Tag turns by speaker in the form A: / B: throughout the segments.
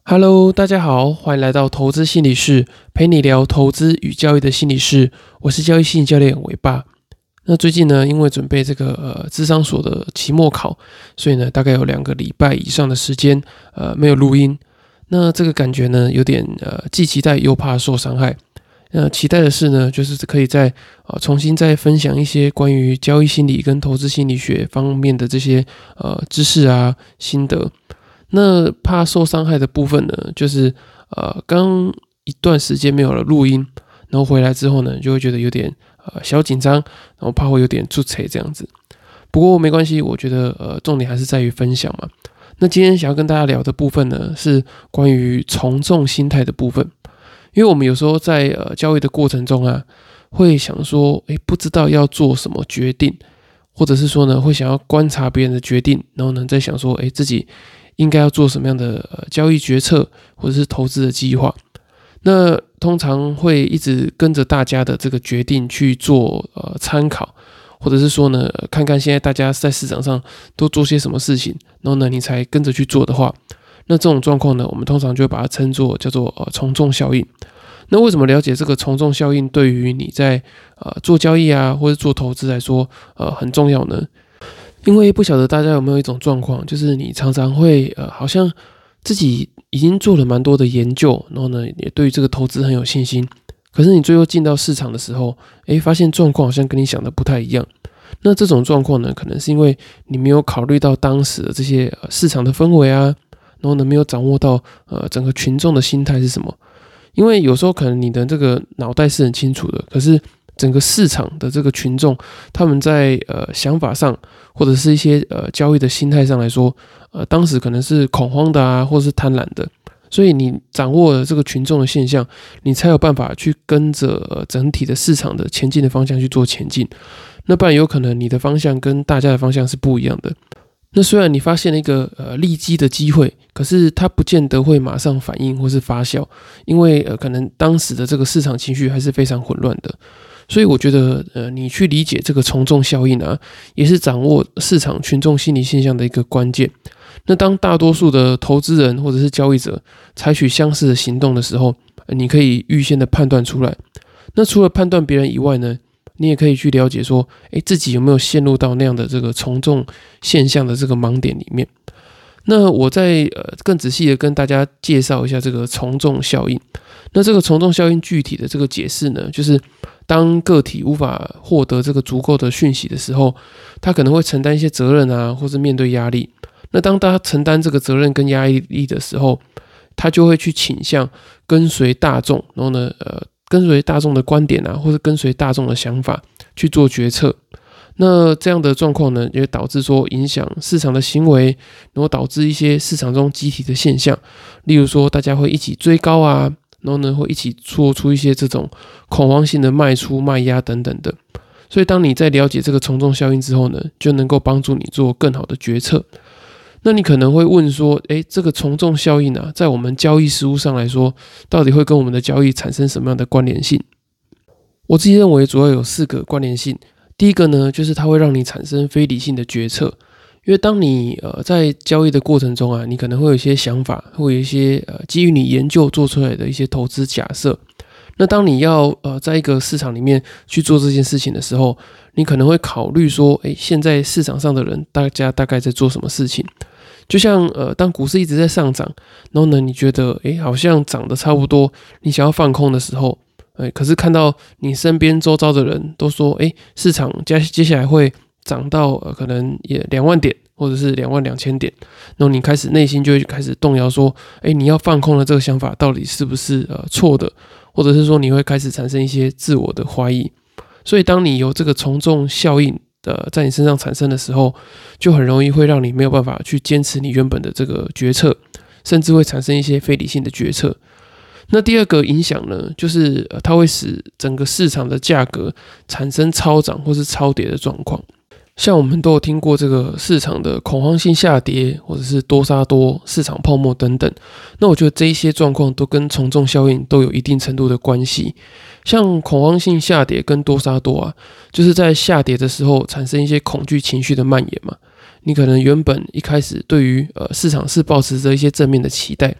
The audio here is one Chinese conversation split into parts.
A: Hello，大家好，欢迎来到投资心理室，陪你聊投资与交易的心理室。我是交易心理教练伟爸。那最近呢，因为准备这个諮商所的期末考，所以呢，大概有2个礼拜以上的时间没有录音。那这个感觉呢，有点既期待又怕受伤害。期待的是呢，就是可以重新再分享一些关于交易心理跟投资心理学方面的这些知识啊心得。那怕受伤害的部分呢，就是刚一段时间没有了录音，然后回来之后呢，就会觉得有点小紧张，然后怕会有点出错这样子。不过没关系，我觉得重点还是在于分享嘛。那今天想要跟大家聊的部分呢，是关于从众心态的部分。因为我们有时候在交易的过程中啊，会想说，不知道要做什么决定，或者是说呢，会想要观察别人的决定，然后呢，再想说，自己应该要做什么样的交易决策，或者是投资的计划。那通常会一直跟着大家的这个决定去做参考，或者是说呢，看看现在大家在市场上都做些什么事情，然后呢，你才跟着去做的话，那这种状况呢，我们通常就会把它称作叫做从众效应。那为什么了解这个从众效应对于你在做交易啊，或者做投资来说很重要呢？因为不晓得大家有没有一种状况，就是你常常会好像自己已经做了蛮多的研究，然后呢也对于这个投资很有信心，可是你最后进到市场的时候，发现状况好像跟你想的不太一样。那这种状况呢，可能是因为你没有考虑到当时的这些市场的氛围啊，然后呢没有掌握到整个群众的心态是什么。因为有时候可能你的这个脑袋是很清楚的，可是整个市场的这个群众，他们在想法上，或者是一些交易的心态上来说，当时可能是恐慌的啊，或者是贪婪的，所以你掌握了这个群众的现象，你才有办法去跟着整体的市场的前进的方向去做前进。那不然有可能你的方向跟大家的方向是不一样的。那虽然你发现了一个利基的机会，可是它不见得会马上反应或是发酵，因为可能当时的这个市场情绪还是非常混乱的。所以我觉得你去理解这个从众效应啊，也是掌握市场群众心理现象的一个关键。那当大多数的投资人或者是交易者采取相似的行动的时候，你可以预先的判断出来。那除了判断别人以外呢，你也可以去了解说，自己有没有陷入到那样的这个从众现象的这个盲点里面。那我再更仔细的跟大家介绍一下这个从众效应。那这个从众效应具体的这个解释呢，就是当个体无法获得这个足够的讯息的时候，他可能会承担一些责任啊，或是面对压力。那当他承担这个责任跟压力的时候，他就会去倾向跟随大众，然后呢，跟随大众的观点啊，或是跟随大众的想法去做决策。那这样的状况呢，也会导致说影响市场的行为，然后导致一些市场中集体的现象，例如说大家会一起追高啊，然后呢会一起做出一些这种恐慌性的卖出、卖压等等的。所以当你在了解这个从众效应之后呢，就能够帮助你做更好的决策。那你可能会问说，这个从众效应啊，在我们交易实务上来说，到底会跟我们的交易产生什么样的关联性？我自己认为主要有4个关联性。第一个呢，就是它会让你产生非理性的决策，因为当你在交易的过程中啊，你可能会有一些想法，会有一些基于你研究做出来的一些投资假设。那当你要在一个市场里面去做这件事情的时候，你可能会考虑说，现在市场上的人大家大概在做什么事情？就像当股市一直在上涨，然后呢，你觉得好像涨得差不多，你想要放空的时候，可是看到你身边周遭的人都说，市场接下来会涨到可能也2万点，或者是22000点，然后你开始内心就会开始动摇说，你要放空的这个想法到底是不是错的，或者是说你会开始产生一些自我的怀疑。所以当你有这个从众效应在你身上产生的时候，就很容易会让你没有办法去坚持你原本的这个决策，甚至会产生一些非理性的决策。那第二个影响呢，就是它会使整个市场的价格产生超涨或是超跌的状况。像我们都有听过这个市场的恐慌性下跌，或者是多杀多、市场泡沫等等。那我觉得这一些状况都跟从众效应都有一定程度的关系。像恐慌性下跌跟多杀多啊，就是在下跌的时候产生一些恐惧情绪的蔓延嘛。你可能原本一开始对于市场是抱持着一些正面的期待，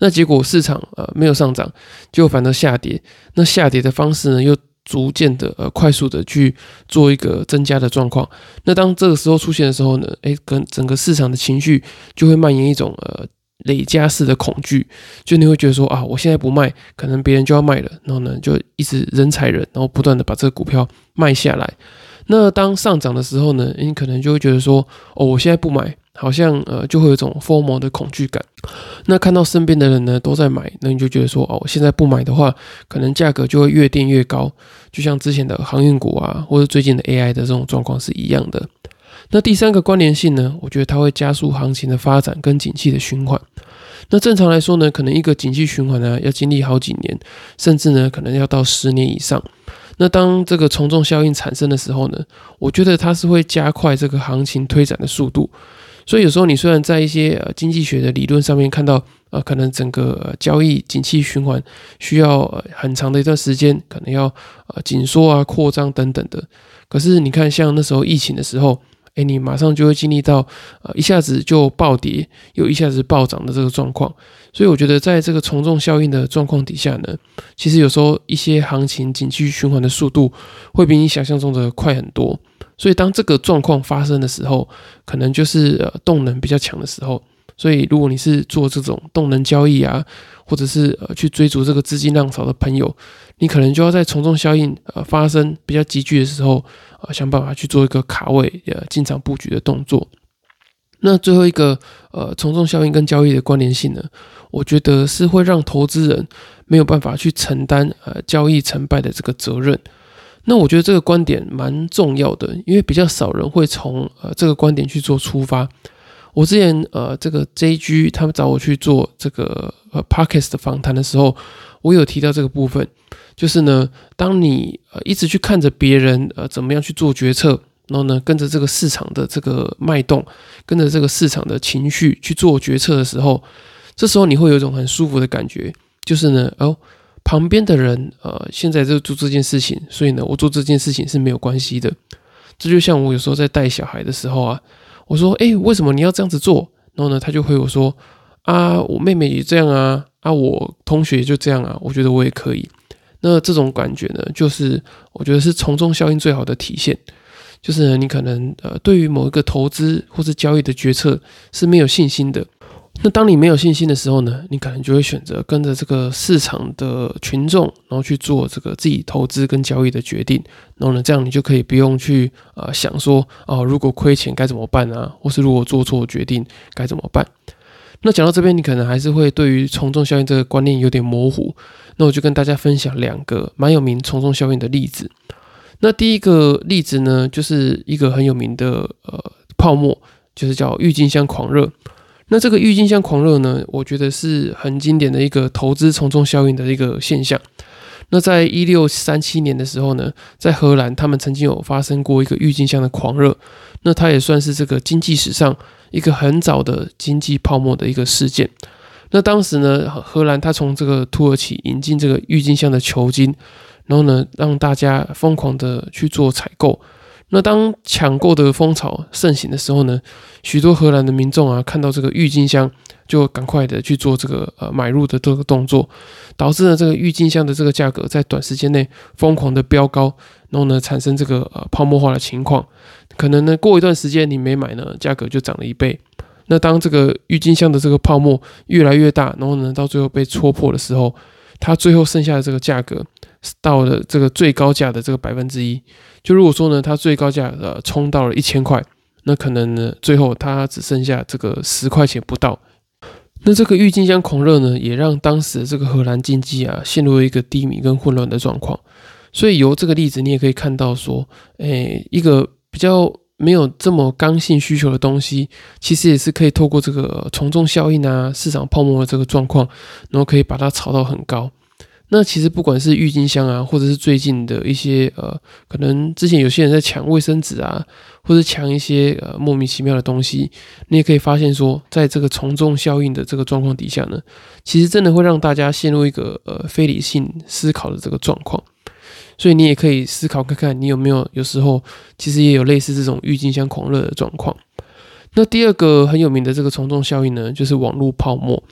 A: 那结果市场没有上涨，结果反而下跌。那下跌的方式呢，又逐渐的快速的去做一个增加的状况。那当这个时候出现的时候呢，跟整个市场的情绪就会蔓延一种累加式的恐惧，就你会觉得说啊，我现在不卖，可能别人就要卖了，然后呢就一直人踩人，然后不断的把这个股票卖下来。那当上涨的时候呢，你可能就会觉得说，我现在不买，好像就会有一种 FOMO 的恐惧感。那看到身边的人呢都在买，那你就觉得说，我现在不买的话，可能价格就会越垫越高，就像之前的航运股啊，或者最近的 AI 的这种状况是一样的。那第三个关联性呢，我觉得它会加速行情的发展跟景气的循环。那正常来说呢，可能一个景气循环呢要经历好几年，甚至呢可能要到10年以上。那当这个从众效应产生的时候呢，我觉得它是会加快这个行情推展的速度。所以有时候你虽然在一些经济学的理论上面看到可能整个交易景气循环需要很长的一段时间，可能要紧缩啊、扩张等等的。可是你看，像那时候疫情的时候，你马上就会经历到一下子就暴跌，又一下子暴涨的这个状况。所以我觉得在这个从众效应的状况底下呢，其实有时候一些行情景气循环的速度会比你想象中的快很多。所以当这个状况发生的时候，可能就是动能比较强的时候。所以如果你是做这种动能交易啊，或者是去追逐这个资金浪潮的朋友，你可能就要在从众效应发生比较急剧的时候想办法去做一个卡位进场布局的动作。那最后一个从众效应跟交易的关联性呢，我觉得是会让投资人没有办法去承担交易成败的这个责任。那我觉得这个观点蛮重要的，因为比较少人会从这个观点去做出发。我之前这个 JG 他们找我去做这个Podcast 的访谈的时候，我有提到这个部分，就是呢，当你一直去看着别人怎么样去做决策，然后呢跟着这个市场的这个脉动，跟着这个市场的情绪去做决策的时候，这时候你会有一种很舒服的感觉，就是呢旁边的人现在就做这件事情，所以呢我做这件事情是没有关系的。这就像我有时候在带小孩的时候啊，我说为什么你要这样子做？然后呢他就回我说我妹妹也这样啊，我同学也就这样啊，我觉得我也可以。那这种感觉呢，就是我觉得是从众效应最好的体现。就是呢你可能对于某一个投资或是交易的决策是没有信心的。那当你没有信心的时候呢，你可能就会选择跟着这个市场的群众，然后去做这个自己投资跟交易的决定。然后呢，这样你就可以不用去想说如果亏钱该怎么办啊，或是如果做错决定该怎么办。那讲到这边，你可能还是会对于从众效应这个观念有点模糊。那我就跟大家分享2个蛮有名从众效应的例子。那第一个例子呢，就是一个很有名的泡沫，就是叫郁金香狂热。那这个郁金香狂热呢，我觉得是很经典的一个投资从众效应的一个现象。那在1637年的时候呢，在荷兰他们曾经有发生过一个郁金香的狂热。那它也算是这个经济史上一个很早的经济泡沫的一个事件。那当时呢，荷兰它从这个土耳其引进这个郁金香的球茎，然后呢让大家疯狂的去做采购。那当抢购的风潮盛行的时候呢，许多荷兰的民众看到这个郁金香，就赶快的去做这个买入的这个动作，导致呢这个郁金香的这个价格在短时间内疯狂的飙高，然后呢产生这个泡沫化的情况。可能呢过一段时间你没买呢，价格就涨了1倍。那当这个郁金香的这个泡沫越来越大，然后呢到最后被戳破的时候，它最后剩下的这个价格到了这个最高价的这个1%。就如果说呢，它最高价冲到了1000块，那可能呢最后它只剩下这个10块钱不到。那这个郁金香狂热呢，也让当时的这个荷兰经济陷入了一个低迷跟混乱的状况。所以由这个例子，你也可以看到说，一个比较没有这么刚性需求的东西，其实也是可以透过这个从众效应市场泡沫的这个状况，然后可以把它炒到很高。那其实不管是郁金香或者是最近的一些可能之前有些人在抢卫生纸或者抢一些莫名其妙的东西，你也可以发现说，在这个从众效应的这个状况底下呢，其实真的会让大家陷入一个非理性思考的这个状况。所以你也可以思考看看，你有时候其实也有类似这种郁金香狂热的状况。那第二个很有名的这个从众效应呢，就是网络泡沫。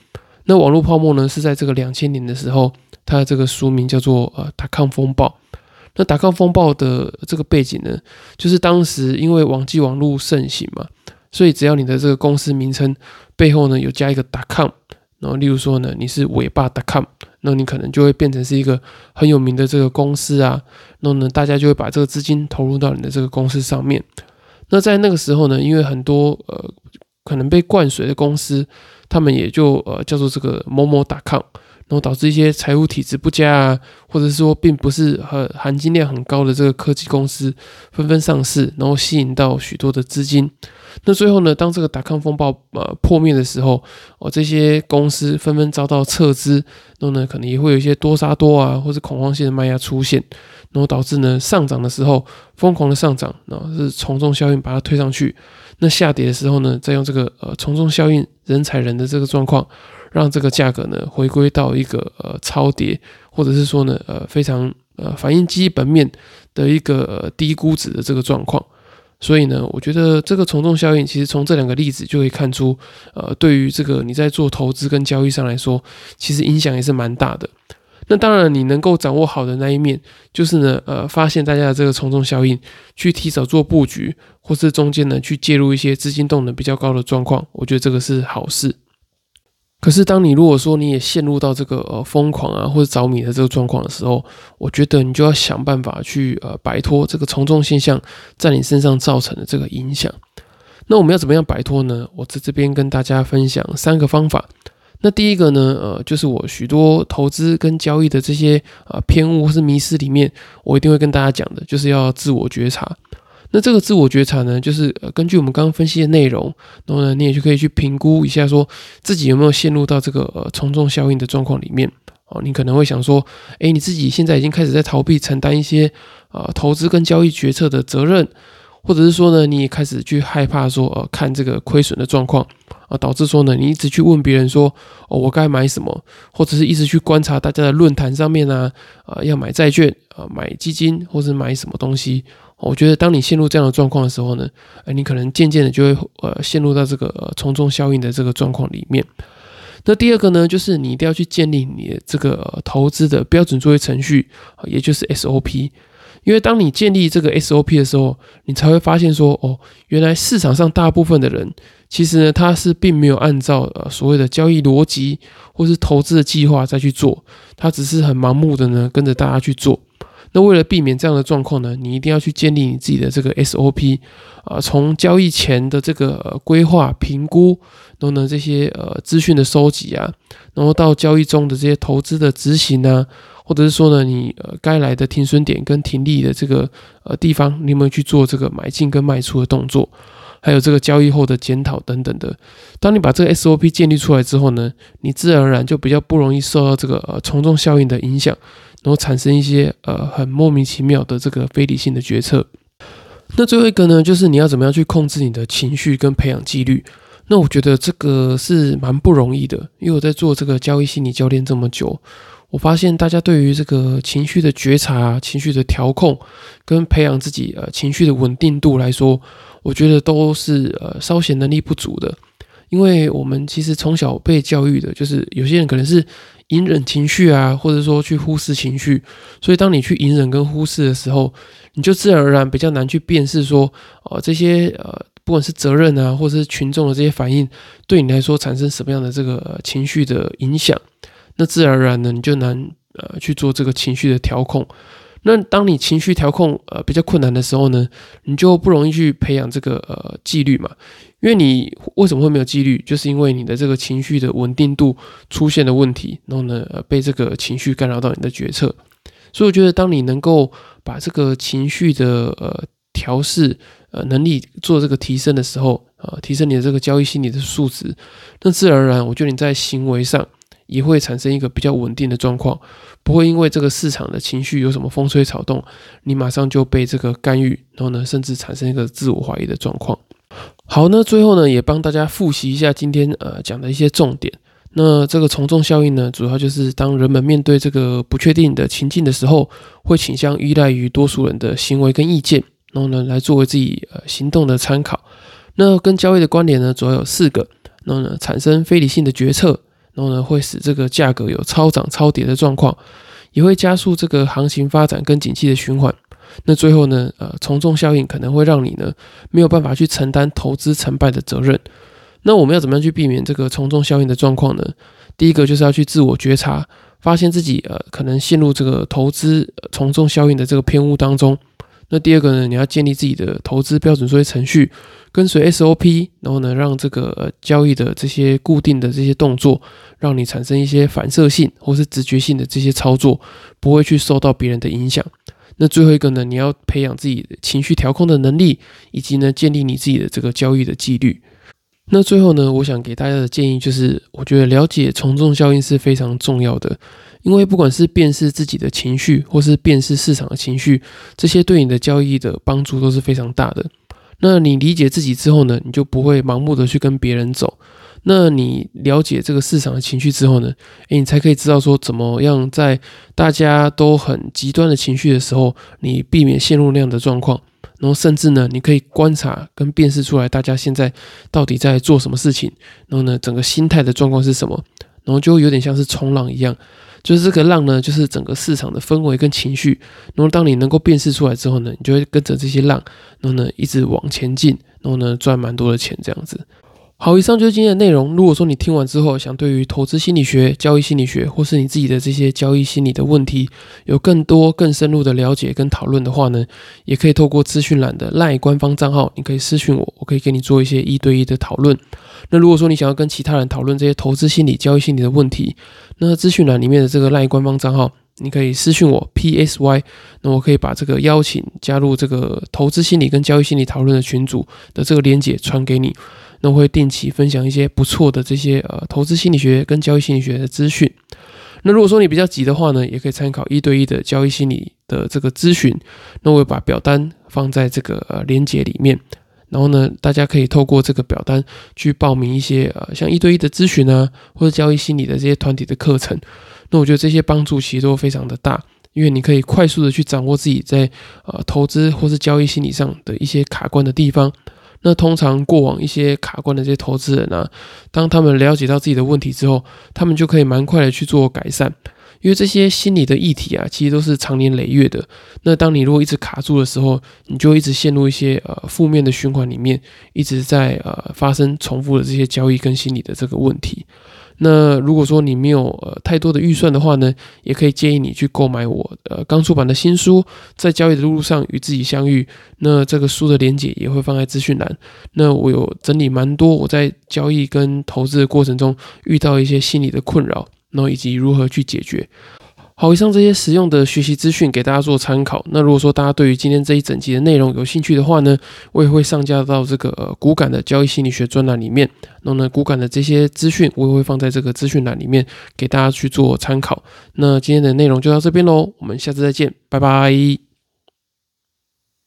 A: 那网络泡沫呢，是在这个2000年的时候，它的这个书名叫做达康风暴。那达康风暴的这个背景呢，就是当时因为网际网络盛行嘛，所以只要你的这个公司名称背后呢有加一个.com，然后例如说呢你是尾巴.com，那你可能就会变成是一个很有名的这个公司啊，然后呢大家就会把这个资金投入到你的这个公司上面。那在那个时候呢，因为很多可能被灌水的公司，他们也就叫做这个某某.com，然后导致一些财务体质不佳啊，或者是说并不是含金量很高的这个科技公司纷纷上市，然后吸引到许多的资金。那最后呢，当这个达康风暴破灭的时候，这些公司纷纷遭到撤资，然后呢可能也会有一些多杀多啊，或是恐慌性的卖压出现，然后导致呢上涨的时候疯狂的上涨，然后是从众效应把它推上去。那下跌的时候呢，再用这个从众效应人踩人的这个状况，让这个价格呢回归到一个超跌，或者是说呢非常反映基本面的一个低估值的这个状况。所以呢，我觉得这个从众效应其实从这两个例子就可以看出，对于这个你在做投资跟交易上来说，其实影响也是蛮大的。那当然，你能够掌握好的那一面，就是呢，发现大家的这个从众效应，去提早做布局，或是中间呢去介入一些资金动能比较高的状况，我觉得这个是好事。可是，当你如果说你也陷入到这个疯狂啊或者着迷的这个状况的时候，我觉得你就要想办法去摆脱这个从众现象在你身上造成的这个影响。那我们要怎么样摆脱呢？我在这边跟大家分享3个方法。那第一个呢，就是我许多投资跟交易的这些偏误或是迷思里面，我一定会跟大家讲的，就是要自我觉察。那这个自我觉察呢，就是根据我们刚刚分析的内容，然后呢，你也就可以去评估一下，说自己有没有陷入到这个从众效应的状况里面。你可能会想说，你自己现在已经开始在逃避承担一些投资跟交易决策的责任，或者是说呢，你也开始去害怕说看这个亏损的状况导致说呢，你一直去问别人说我该买什么，或者是一直去观察大家的论坛上面要买债券买基金，或是买什么东西。我觉得当你陷入这样的状况的时候呢，你可能渐渐的就会陷入到这个从众效应的这个状况里面。那第二个呢，就是你一定要去建立你的这个投资的标准作业程序，也就是 SOP。因为当你建立这个 SOP 的时候，你才会发现说，原来市场上大部分的人，其实呢，他是并没有按照所谓的交易逻辑或是投资的计划再去做，他只是很盲目的呢跟着大家去做。那为了避免这样的状况呢，你一定要去建立你自己的这个 SOP，从交易前的这个规划、评估，然后呢这些资讯的收集啊，然后到交易中的这些投资的执行啊，或者是说呢你该来的停损点跟停利的这个地方，你有没有去做这个买进跟卖出的动作？还有这个交易后的检讨等等的。当你把这个 SOP 建立出来之后呢，你自然而然就比较不容易受到这个从众效应的影响，然后产生一些很莫名其妙的这个非理性的决策。那最后一个呢，就是你要怎么样去控制你的情绪跟培养纪律。那我觉得这个是蛮不容易的，因为我在做这个交易心理教练这么久，我发现大家对于这个情绪的觉察、情绪的调控跟培养自己情绪的稳定度来说，我觉得都是稍显能力不足的。因为我们其实从小被教育的，就是有些人可能是隐忍情绪啊，或者说去忽视情绪，所以当你去隐忍跟忽视的时候，你就自然而然比较难去辨识说，这些不管是责任啊，或者是群众的这些反应，对你来说产生什么样的这个情绪的影响，那自然而然呢，你就难去做这个情绪的调控。那当你情绪调控比较困难的时候呢，你就不容易去培养这个纪律嘛。因为你为什么会没有纪律，就是因为你的这个情绪的稳定度出现了问题，然后呢被这个情绪干扰到你的决策。所以我觉得当你能够把这个情绪的调试能力做这个提升的时候，提升你的这个交易心理的素质，那自然而然我觉得你在行为上也会产生一个比较稳定的状况，不会因为这个市场的情绪有什么风吹草动，你马上就被这个干预，然后呢甚至产生一个自我怀疑的状况。好，那最后呢也帮大家复习一下今天讲的一些重点。那这个从众效应呢，主要就是当人们面对这个不确定的情境的时候，会倾向依赖于多数人的行为跟意见，然后呢来作为自己行动的参考。那跟交易的关联呢，主要有4个，然后呢产生非理性的决策， 然后呢会使这个价格有超涨超跌的状况，也会加速这个行情发展跟景气的循环。那最后呢，从众效应可能会让你呢没有办法去承担投资成败的责任。那我们要怎么样去避免这个从众效应的状况呢？第一个就是要去自我觉察，发现自己可能陷入这个投资从众效应的这个偏误当中。那第二个呢，你要建立自己的投资标准作业程序，跟随 SOP， 然后呢，让这个交易的这些固定的这些动作，让你产生一些反射性或是直觉性的这些操作，不会去受到别人的影响。那最后一个呢，你要培养自己的情绪调控的能力，以及呢，建立你自己的这个交易的纪律。那最后呢，我想给大家的建议就是，我觉得了解从众效应是非常重要的，因为不管是辨识自己的情绪，或是辨识市场的情绪，这些对你的交易的帮助都是非常大的。那你理解自己之后呢，你就不会盲目的去跟别人走。那你了解这个市场的情绪之后呢，你才可以知道说怎么样在大家都很极端的情绪的时候，你避免陷入那样的状况。然后甚至呢，你可以观察跟辨识出来大家现在到底在做什么事情，然后呢，整个心态的状况是什么，然后就有点像是冲浪一样，就是这个浪呢，就是整个市场的氛围跟情绪。然后当你能够辨识出来之后呢，你就会跟着这些浪，然后呢一直往前进，然后呢赚蛮多的钱这样子。好，以上就是今天的内容。如果说你听完之后想对于投资心理学、交易心理学，或是你自己的这些交易心理的问题，有更多更深入的了解跟讨论的话呢，也可以透过资讯栏的 LINE 官方账号，你可以私讯我，我可以给你做一些1对1的讨论。那如果说你想要跟其他人讨论这些投资心理、交易心理的问题，那资讯栏里面的这个 LINE 官方账号，你可以私讯我 PSY， 那我可以把这个邀请加入这个投资心理跟交易心理讨论的群组的这个连结传给你。那我会定期分享一些不错的这些投资心理学跟交易心理学的资讯。那如果说你比较急的话呢，也可以参考1对1的交易心理的这个咨询。那我会把表单放在这个连结里面，然后呢，大家可以透过这个表单去报名一些像1对1的咨询啊，或者交易心理的这些团体的课程。那我觉得这些帮助其实都非常的大，因为你可以快速的去掌握自己在投资或是交易心理上的一些卡关的地方。那通常过往一些卡关的这些投资人啊，当他们了解到自己的问题之后，他们就可以蛮快的去做改善。因为这些心理的议题啊，其实都是长年累月的。那当你如果一直卡住的时候，你就一直陷入一些负面的循环里面，一直在发生重复的这些交易跟心理的这个问题。那如果说你没有太多的预算的话呢，也可以建议你去购买我刚出版的新书《在交易的路上与自己相遇》。那这个书的连结也会放在资讯栏。那我有整理蛮多我在交易跟投资的过程中遇到一些心理的困扰，然后以及如何去解决。好，以上这些实用的学习资讯给大家做参考。那如果说大家对于今天这一整集的内容有兴趣的话呢，我也会上架到这个股感的交易心理学专栏里面。然后呢，股感的这些资讯我也会放在这个资讯栏里面给大家去做参考。那今天的内容就到这边咯，我们下次再见，拜拜。